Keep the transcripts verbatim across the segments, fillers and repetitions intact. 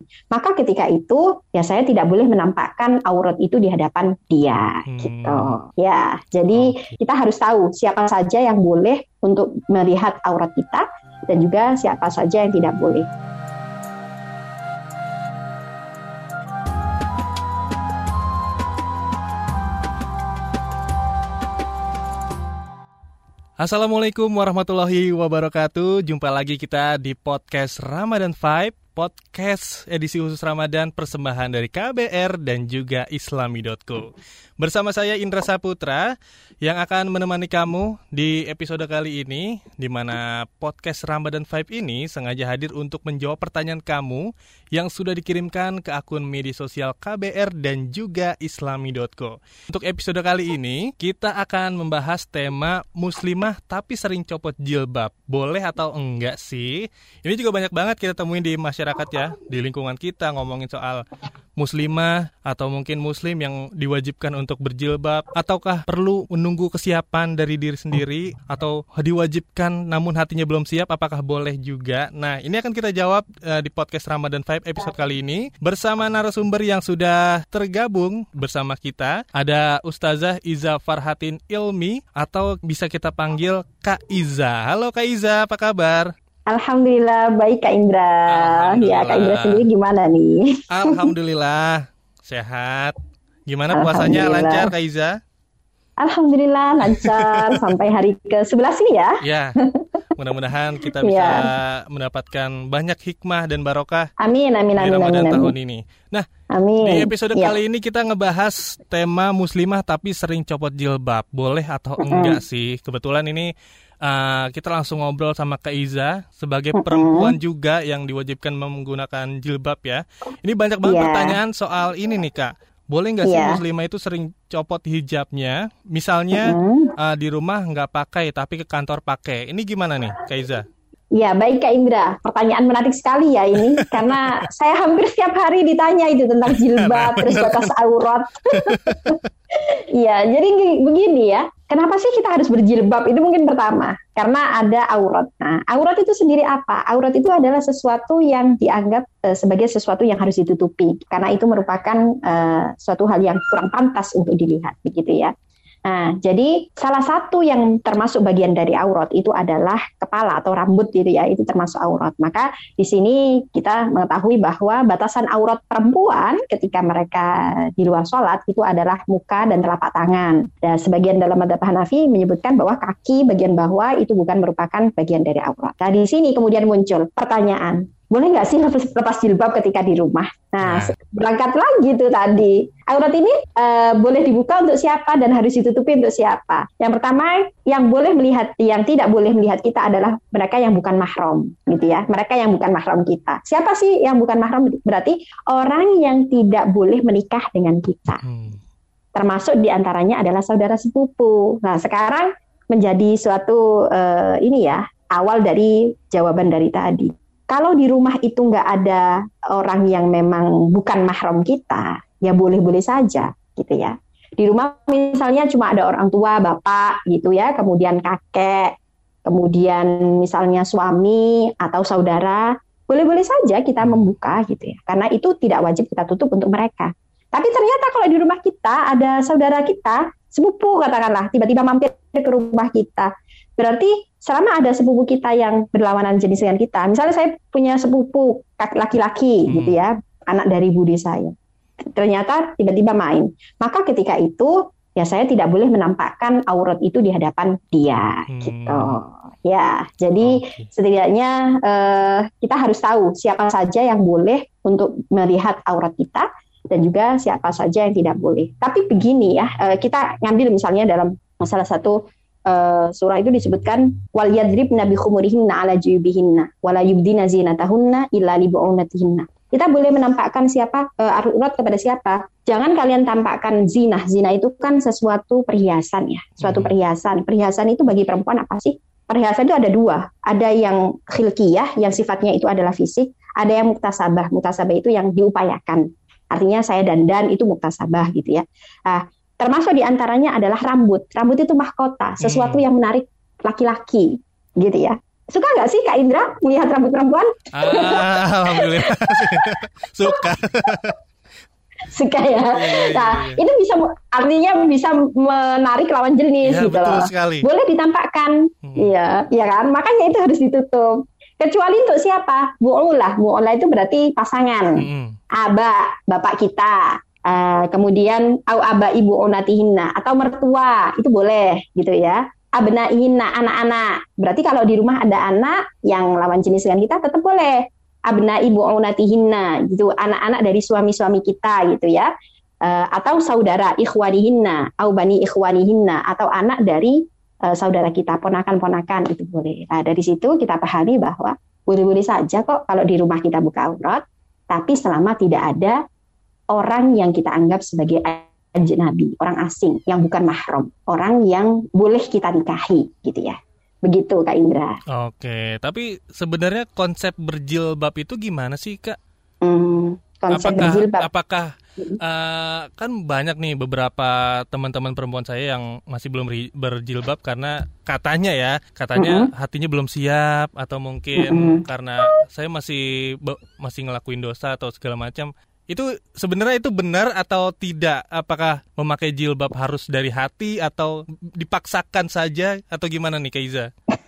Maka ketika itu ya saya tidak boleh menampakkan aurat itu di hadapan dia hmm. gitu. Ya, jadi okay. kita harus tahu siapa saja yang boleh untuk melihat aurat kita dan juga siapa saja yang tidak boleh. Assalamualaikum warahmatullahi wabarakatuh. Jumpa lagi kita di podcast Ramadan Vibe, podcast edisi khusus Ramadan persembahan dari K B R dan juga islami dot co. Bersama saya Indra Saputra yang akan menemani kamu di episode kali ini, di mana podcast Ramadan Vibe ini sengaja hadir untuk menjawab pertanyaan kamu yang sudah dikirimkan ke akun media sosial K B R dan juga islami dot co. Untuk episode kali ini, kita akan membahas tema muslimah tapi sering copot jilbab. Boleh atau enggak sih? Ini juga banyak banget kita temuin di masyarakat ya, di lingkungan kita ngomongin soal muslimah atau mungkin muslim yang diwajibkan untuk berjilbab, ataukah perlu menunggu kesiapan dari diri sendiri, atau diwajibkan namun hatinya belum siap, apakah boleh juga? Nah, ini akan kita jawab uh, di podcast Ramadan Vibe episode kali ini bersama narasumber yang sudah tergabung bersama kita. Ada Ustazah Iza Farhatin Ilmi atau bisa kita panggil Kak Iza. Halo Kak Iza, apa kabar? Alhamdulillah, baik Kak Indra. Ya, Kak Indra sendiri gimana nih? Alhamdulillah, sehat. Gimana puasanya, lancar Kak Iza? Alhamdulillah, lancar sampai hari ke sebelas ini ya. Ya, mudah-mudahan kita bisa ya. mendapatkan banyak hikmah dan barokah amin, amin, di amin, Ramadan amin, tahun amin. ini. Nah, amin. Di episode ya. kali ini kita ngebahas tema muslimah tapi sering copot jilbab. Boleh atau enggak mm. sih? Kebetulan ini Uh, kita langsung ngobrol sama Kak Iza sebagai mm-hmm. perempuan juga yang diwajibkan menggunakan jilbab ya. Ini banyak banget yeah. pertanyaan soal ini nih Kak. Boleh nggak yeah. sih muslimah itu sering copot hijabnya? Misalnya mm-hmm. uh, di rumah nggak pakai tapi ke kantor pakai. Ini gimana nih Kak Iza? Ya, baik Kak Indra. Pertanyaan menarik sekali ya ini, karena saya hampir setiap hari ditanya itu tentang jilbab, terus batas aurat. Iya, jadi begini ya. Kenapa sih kita harus berjilbab? Itu mungkin pertama, karena ada aurat. Nah, aurat itu sendiri apa? Aurat itu adalah sesuatu yang dianggap uh, sebagai sesuatu yang harus ditutupi, karena itu merupakan uh, suatu hal yang kurang pantas untuk dilihat, begitu ya. Nah, jadi salah satu yang termasuk bagian dari aurat itu adalah kepala atau rambut gitu ya, itu termasuk aurat. Maka di sini kita mengetahui bahwa batasan aurat perempuan ketika mereka di luar sholat itu adalah muka dan telapak tangan. Dan sebagian dalam madzhab Hanafi menyebutkan bahwa kaki bagian bawah itu bukan merupakan bagian dari aurat. Nah, di sini kemudian muncul pertanyaan, boleh nggak sih lepas, lepas jilbab ketika di rumah? Nah, nah, berangkat lagi tuh tadi. Aurat ini uh, boleh dibuka untuk siapa dan harus ditutupi untuk siapa? Yang pertama, yang boleh melihat, yang tidak boleh melihat kita adalah mereka yang bukan mahram, gitu ya. Mereka yang bukan mahram kita. Siapa sih yang bukan mahram? Berarti orang yang tidak boleh menikah dengan kita. Hmm. Termasuk diantaranya adalah saudara sepupu. Nah, sekarang menjadi suatu uh, ini ya, awal dari jawaban dari tadi. Kalau di rumah itu nggak ada orang yang memang bukan mahram kita, ya boleh-boleh saja, gitu ya. Di rumah misalnya cuma ada orang tua, bapak, gitu ya, kemudian kakek, kemudian misalnya suami atau saudara, boleh-boleh saja kita membuka, gitu ya. Karena itu tidak wajib kita tutup untuk mereka. Tapi ternyata kalau di rumah kita ada saudara kita, sepupu katakanlah, tiba-tiba mampir ke rumah kita, berarti selama ada sepupu kita yang berlawanan jenis dengan kita, misalnya saya punya sepupu laki-laki hmm. gitu ya, anak dari bude saya, ternyata tiba-tiba main, maka ketika itu ya saya tidak boleh menampakkan aurat itu di hadapan dia, hmm. gitu. Ya, jadi okay. setidaknya eh, kita harus tahu siapa saja yang boleh untuk melihat aurat kita dan juga siapa saja yang tidak boleh. Tapi begini ya, eh, kita ngambil misalnya dalam salah satu Uh, surah itu disebutkan wal yadribna bi khumurihinna ala juyubihinna wala yubdina zinatahunna illa li bu'unatihinna. Kita boleh menampakkan siapa uh, aurat kepada siapa. Jangan kalian tampakkan zina. Zina itu kan sesuatu perhiasan ya, suatu perhiasan. Perhiasan itu bagi perempuan apa sih? Perhiasan itu ada dua. Ada yang khilqiyah yang sifatnya itu adalah fisik, ada yang muktasabah. Muktasabah itu yang diupayakan. Artinya saya dandan itu muktasabah gitu ya. Nah, termasuk diantaranya adalah rambut. Rambut itu mahkota, sesuatu hmm. yang menarik laki-laki, gitu ya. Suka nggak sih Kak Indra melihat rambut perempuan? Ah, alhamdulillah. Suka. Suka ya. Iya, iya, Nah, iya. itu bisa artinya bisa menarik lawan jenis Ya, gitu betul loh. sekali. Boleh ditampakkan. Hmm. Iya, iya kan? Makanya itu harus ditutup. Kecuali untuk siapa? Bu'ulah. Bu'ulah itu berarti pasangan. Hmm. Aba, bapak kita. Uh, kemudian au aba ibu onatihinna atau mertua, itu boleh gitu ya. Abnaihinna, anak-anak. Berarti kalau di rumah ada anak yang lawan jenis dengan kita tetap boleh. Abna ibu onatihinna gitu, anak-anak dari suami-suami kita gitu ya. Uh, atau saudara ikhwanihinna, au bani ikhwanihinna, atau anak dari uh, saudara kita, ponakan-ponakan, itu boleh. Nah, dari situ kita pahami bahwa boleh-boleh saja kok kalau di rumah kita buka aurat, tapi selama tidak ada orang yang kita anggap sebagai ajnabi, orang asing yang bukan mahram, orang yang boleh kita nikahi gitu ya. Begitu Kak Indra. Oke, tapi sebenarnya konsep berjilbab itu gimana sih Kak? Hmm, konsep apakah, berjilbab. Apakah uh, kan banyak nih beberapa teman-teman perempuan saya yang masih belum berjilbab karena katanya ya, katanya mm-hmm. hatinya belum siap atau mungkin mm-hmm. karena saya masih masih ngelakuin dosa atau segala macam. Itu sebenarnya itu benar atau tidak? Apakah memakai jilbab harus dari hati atau dipaksakan saja atau gimana nih Kak Iza?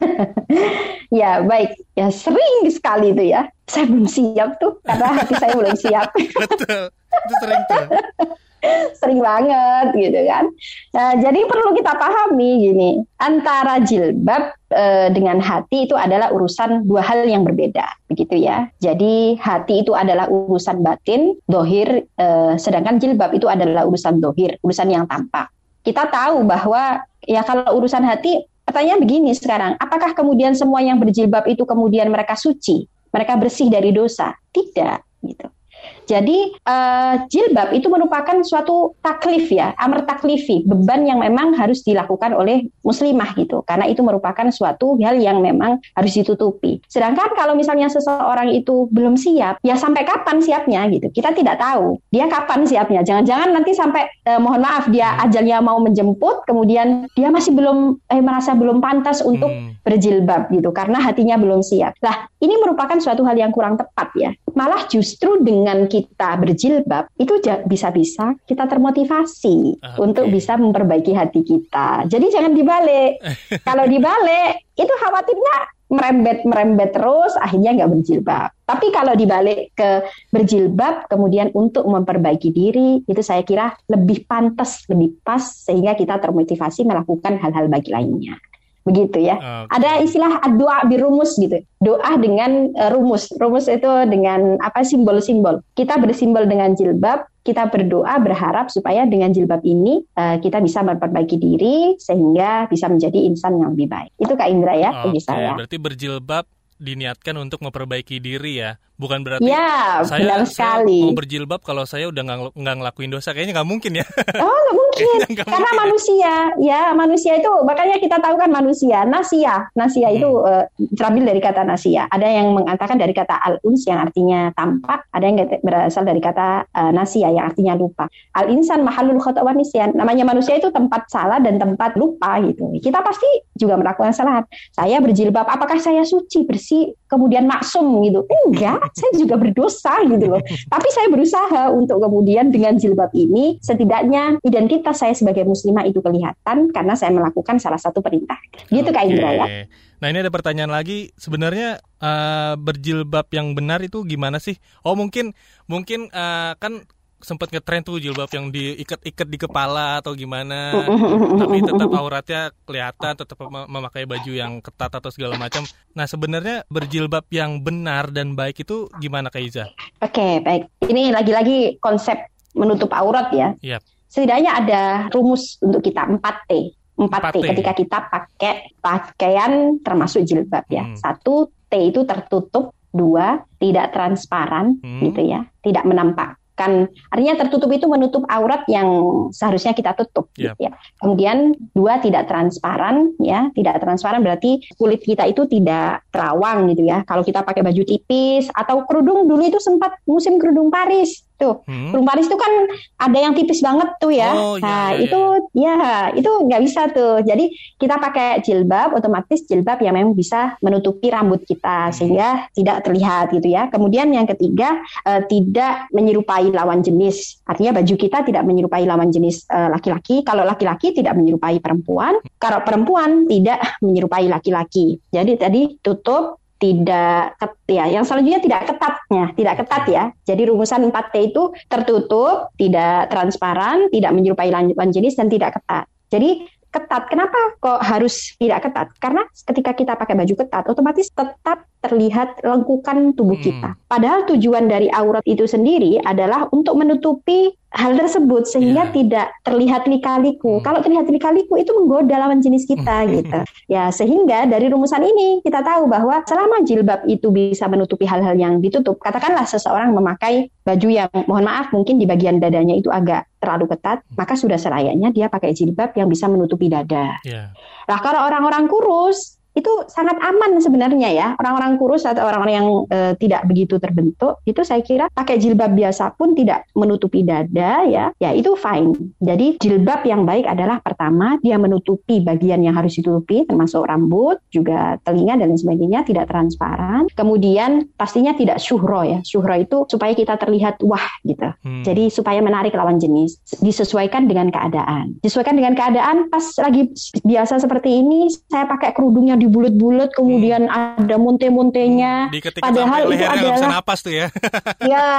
Ya baik, ya sering sekali itu ya. Saya belum siap tuh karena hati saya belum siap. Betul, itu sering tuh. Sering banget gitu kan. Nah, jadi perlu kita pahami gini, antara jilbab e, dengan hati itu adalah urusan dua hal yang berbeda, begitu ya. Jadi hati itu adalah urusan batin, dohir, e, sedangkan jilbab itu adalah urusan dohir, urusan yang tampak. Kita tahu bahwa ya kalau urusan hati, pertanyaan begini sekarang, apakah kemudian semua yang berjilbab itu kemudian mereka suci, mereka bersih dari dosa? Tidak, gitu. Jadi uh, jilbab itu merupakan suatu taklif ya, amr taklifi, beban yang memang harus dilakukan oleh muslimah gitu, karena itu merupakan suatu hal yang memang harus ditutupi. Sedangkan kalau misalnya seseorang itu belum siap, ya sampai kapan siapnya gitu, kita tidak tahu dia kapan siapnya. Jangan-jangan nanti sampai uh, mohon maaf dia ajalnya mau menjemput, kemudian dia masih belum eh, merasa belum pantas untuk hmm. berjilbab gitu, karena hatinya belum siap. Nah, ini merupakan suatu hal yang kurang tepat ya. Malah justru dengan kita berjilbab itu bisa-bisa kita termotivasi okay. untuk bisa memperbaiki hati kita. Jadi jangan dibalik. Kalau dibalik itu khawatirnya merembet-merembet terus akhirnya nggak berjilbab. Tapi kalau dibalik ke berjilbab kemudian untuk memperbaiki diri, itu saya kira lebih pantas, lebih pas sehingga kita termotivasi melakukan hal-hal baik lainnya. Begitu ya. Okay. Ada istilah doa birumus gitu. Doa dengan uh, rumus. Rumus itu dengan apa simbol-simbol. Kita bersimbol dengan jilbab, kita berdoa berharap supaya dengan jilbab ini uh, kita bisa memperbaiki diri sehingga bisa menjadi insan yang lebih baik. Itu Kak Indra ya, bagi okay. saya. Berarti berjilbab diniatkan untuk memperbaiki diri ya, bukan berarti ya, saya, saya mau berjilbab kalau saya udah nggak nggak ngelakuin dosa, kayaknya nggak mungkin ya. Oh nggak mungkin, gak karena mungkin, manusia ya. ya manusia itu makanya kita tahu kan manusia nasia, nasia hmm. itu uh, terambil dari kata nasia. Ada yang mengatakan dari kata al-uns yang artinya tampak, ada yang berasal dari kata uh, nasia yang artinya lupa. Al-insan mahalul khata' wa nisyan. Namanya manusia itu tempat salah dan tempat lupa gitu. Kita pasti juga melakukan kesalahan. Saya berjilbab, apakah saya suci bersih kemudian maksum gitu? Enggak, saya juga berdosa gitu loh. Tapi saya berusaha untuk kemudian dengan jilbab ini setidaknya identitas saya sebagai muslimah itu kelihatan karena saya melakukan salah satu perintah. Gitu Kak Indra ya. Nah ini ada pertanyaan lagi, sebenarnya uh, berjilbab yang benar itu gimana sih? Oh mungkin mungkin uh, kan sempat ngetren tuh jilbab yang diikat-ikat di kepala atau gimana, tapi tetap auratnya kelihatan, tetap memakai baju yang ketat atau segala macam. Nah sebenarnya berjilbab yang benar dan baik itu gimana Kak Iza? Oke okay, baik, ini lagi-lagi konsep menutup aurat ya. Yep. Setidaknya ada rumus untuk kita empat T. empat T ketika kita pakai pakaian termasuk jilbab ya. Hmm. Satu, T itu tertutup. Dua, tidak transparan hmm. gitu ya, tidak menampak. Kan artinya tertutup itu menutup aurat yang seharusnya kita tutup yep. gitu ya. Kemudian dua, tidak transparan ya, tidak transparan berarti kulit kita itu tidak terawang gitu ya. Kalau kita pakai baju tipis atau kerudung, dulu itu sempat musim kerudung Paris. Tuh, Hmm. burung Paris itu kan ada yang tipis banget tuh ya. Oh, iya, Nah, iya, itu ya itu nggak bisa tuh. Jadi kita pakai jilbab, otomatis jilbab yang memang bisa menutupi rambut kita sehingga tidak terlihat gitu ya. Kemudian yang ketiga, eh, tidak menyerupai lawan jenis. Artinya baju kita tidak menyerupai lawan jenis eh, laki-laki. Kalau laki-laki tidak menyerupai perempuan. Kalau perempuan tidak menyerupai laki-laki. Jadi tadi tutup, tidak ya, yang selanjutnya tidak ketatnya, tidak ketat ya. Jadi rumusan empat T itu tertutup, tidak transparan, tidak menyerupai lawan jenis dan tidak ketat. Jadi ketat, kenapa kok harus tidak ketat? Karena ketika kita pakai baju ketat, otomatis tetap terlihat lengkukan tubuh kita. Padahal tujuan dari aurat itu sendiri adalah untuk menutupi hal tersebut sehingga yeah. tidak terlihat lika-liku. Hmm. Kalau terlihat lika-liku itu menggoda lawan jenis kita gitu. Ya, sehingga dari rumusan ini kita tahu bahwa selama jilbab itu bisa menutupi hal-hal yang ditutup, katakanlah seseorang memakai baju yang mohon maaf mungkin di bagian dadanya itu agak terlalu ketat, maka sudah selayaknya dia pakai jilbab yang bisa menutupi dada. Yeah. Nah, kalau orang-orang kurus itu sangat aman sebenarnya ya. Orang-orang kurus atau orang-orang yang e, tidak begitu terbentuk, itu saya kira pakai jilbab biasa pun tidak menutupi dada ya, ya itu fine. Jadi jilbab yang baik adalah pertama, dia menutupi bagian yang harus ditutupi, termasuk rambut, juga telinga dan lain sebagainya, tidak transparan. Kemudian pastinya tidak syuhro ya. Syuhro itu supaya kita terlihat wah gitu. Hmm. Jadi supaya menarik lawan jenis. Disesuaikan dengan keadaan. Disesuaikan dengan keadaan, pas lagi biasa seperti ini, saya pakai kerudungnya di bulat-bulat, kemudian hmm. ada munte-muntenya, hmm. padahal itu adalah bisa napas tuh ya. Ya,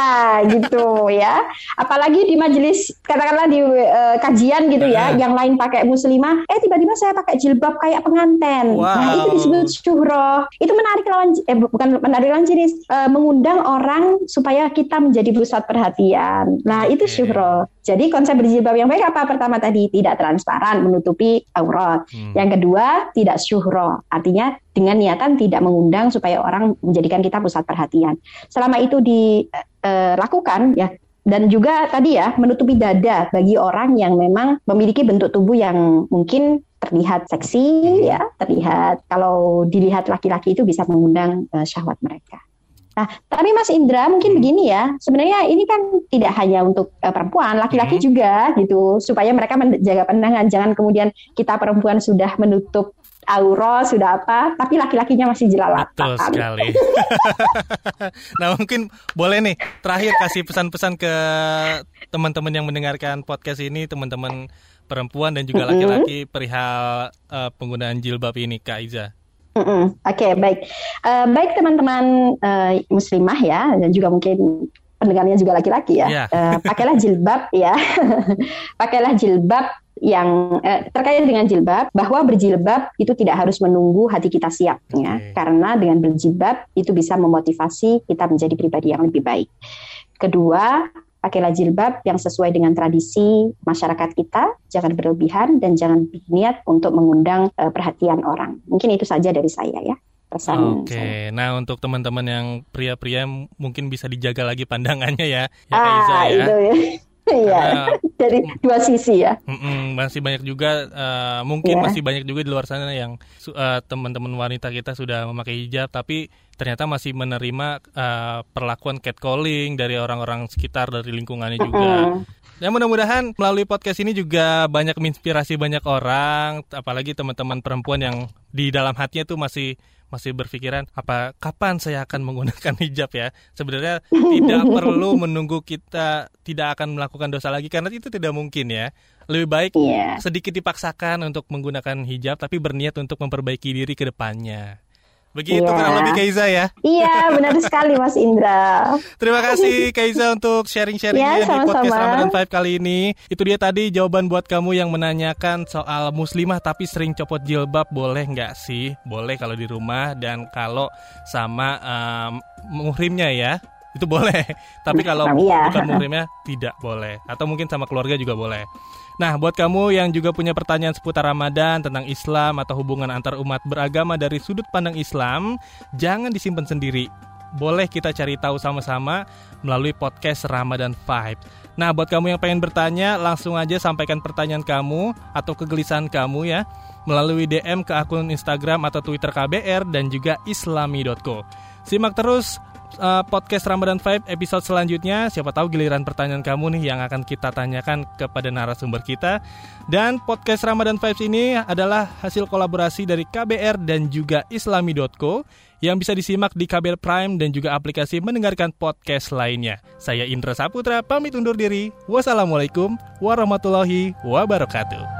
gitu ya. Apalagi di majelis, katakanlah di uh, kajian gitu ya, uh. yang lain pakai muslimah, eh tiba-tiba saya pakai jilbab kayak penganten. Wow. Nah, itu disebut syuhro. Itu menarik lawan eh bukan menarik lawan jenis, uh, mengundang orang supaya kita menjadi pusat perhatian. Nah, okay. itu syuhro. Jadi konsep berjilbab yang baik apa? Pertama tadi tidak transparan, menutupi aurat. Hmm. Yang kedua, tidak syuhro. Artinya dengan niatan tidak mengundang supaya orang menjadikan kita pusat perhatian. Selama itu dilakukan ya, dan juga tadi ya menutupi dada bagi orang yang memang memiliki bentuk tubuh yang mungkin terlihat seksi ya, terlihat kalau dilihat laki-laki itu bisa mengundang uh, syahwat mereka. Nah, tapi Mas Indra mungkin begini ya, sebenarnya ini kan tidak hanya untuk uh, perempuan, laki-laki hmm. juga gitu, supaya mereka menjaga pandangan, jangan kemudian kita perempuan sudah menutup aurat, sudah apa, tapi laki-lakinya masih jelalatan. Betul sekali. Nah, mungkin boleh nih, terakhir kasih pesan-pesan ke teman-teman yang mendengarkan podcast ini, teman-teman perempuan dan juga laki-laki mm-hmm. perihal uh, penggunaan jilbab ini, Kak Iza. Oke, okay, baik. Uh, baik teman-teman uh, muslimah ya, dan juga mungkin pendengarnya juga laki-laki ya. Yeah. Uh, pakailah jilbab ya. Pakailah jilbab yang eh, terkait dengan jilbab, bahwa berjilbab itu tidak harus menunggu hati kita siap ya, okay. karena dengan berjilbab itu bisa memotivasi kita menjadi pribadi yang lebih baik. Kedua, pakailah jilbab yang sesuai dengan tradisi masyarakat kita, jangan berlebihan dan jangan berniat untuk mengundang eh, perhatian orang. Mungkin itu saja dari saya ya. Pesan Oke, okay. Nah untuk teman-teman yang pria-pria mungkin bisa dijaga lagi pandangannya ya, ya ah, Iza, ya. Itu ya. Iya, dari dua sisi ya. Masih banyak juga, uh, mungkin yeah. masih banyak juga di luar sana yang uh, teman-teman wanita kita sudah memakai hijab, tapi ternyata masih menerima uh, perlakuan catcalling dari orang-orang sekitar, dari lingkungannya juga. Mm-hmm. Dan mudah-mudahan melalui podcast ini juga banyak menginspirasi banyak orang, apalagi teman-teman perempuan yang di dalam hatinya tuh masih masih berpikiran apa kapan saya akan menggunakan hijab ya. Sebenarnya tidak perlu menunggu kita tidak akan melakukan dosa lagi, karena itu tidak mungkin ya. Lebih baik yeah. sedikit dipaksakan untuk menggunakan hijab, tapi berniat untuk memperbaiki diri ke depannya. Begitu yeah. kurang lebih Kaiza ya. Iya, benar sekali Mas Indra. Terima kasih Kaiza untuk sharing-sharingnya yeah, di podcast Ramadan Vibe kali ini. Itu dia tadi jawaban buat kamu yang menanyakan soal muslimah tapi sering copot jilbab, boleh nggak sih? Boleh kalau di rumah, dan kalau sama um, muhrimnya ya, itu boleh. Tapi kalau yeah. bukan muhrimnya tidak boleh. Atau mungkin sama keluarga juga boleh. Nah, buat kamu yang juga punya pertanyaan seputar Ramadan, tentang Islam atau hubungan antar umat beragama dari sudut pandang Islam, jangan disimpan sendiri. Boleh kita cari tahu sama-sama melalui podcast Ramadan Vibe. Nah, buat kamu yang pengen bertanya, langsung aja sampaikan pertanyaan kamu atau kegelisahan kamu ya, melalui D M ke akun Instagram atau Twitter K B R dan juga islami dot co. Simak terus uh, podcast Ramadan Vibe episode selanjutnya. Siapa tahu giliran pertanyaan kamu nih yang akan kita tanyakan kepada narasumber kita. Dan podcast Ramadan Vibes ini adalah hasil kolaborasi dari K B R dan juga islami dot co yang bisa disimak di K B R Prime dan juga aplikasi mendengarkan podcast lainnya. Saya Indra Saputra, pamit undur diri. Wassalamualaikum warahmatullahi wabarakatuh.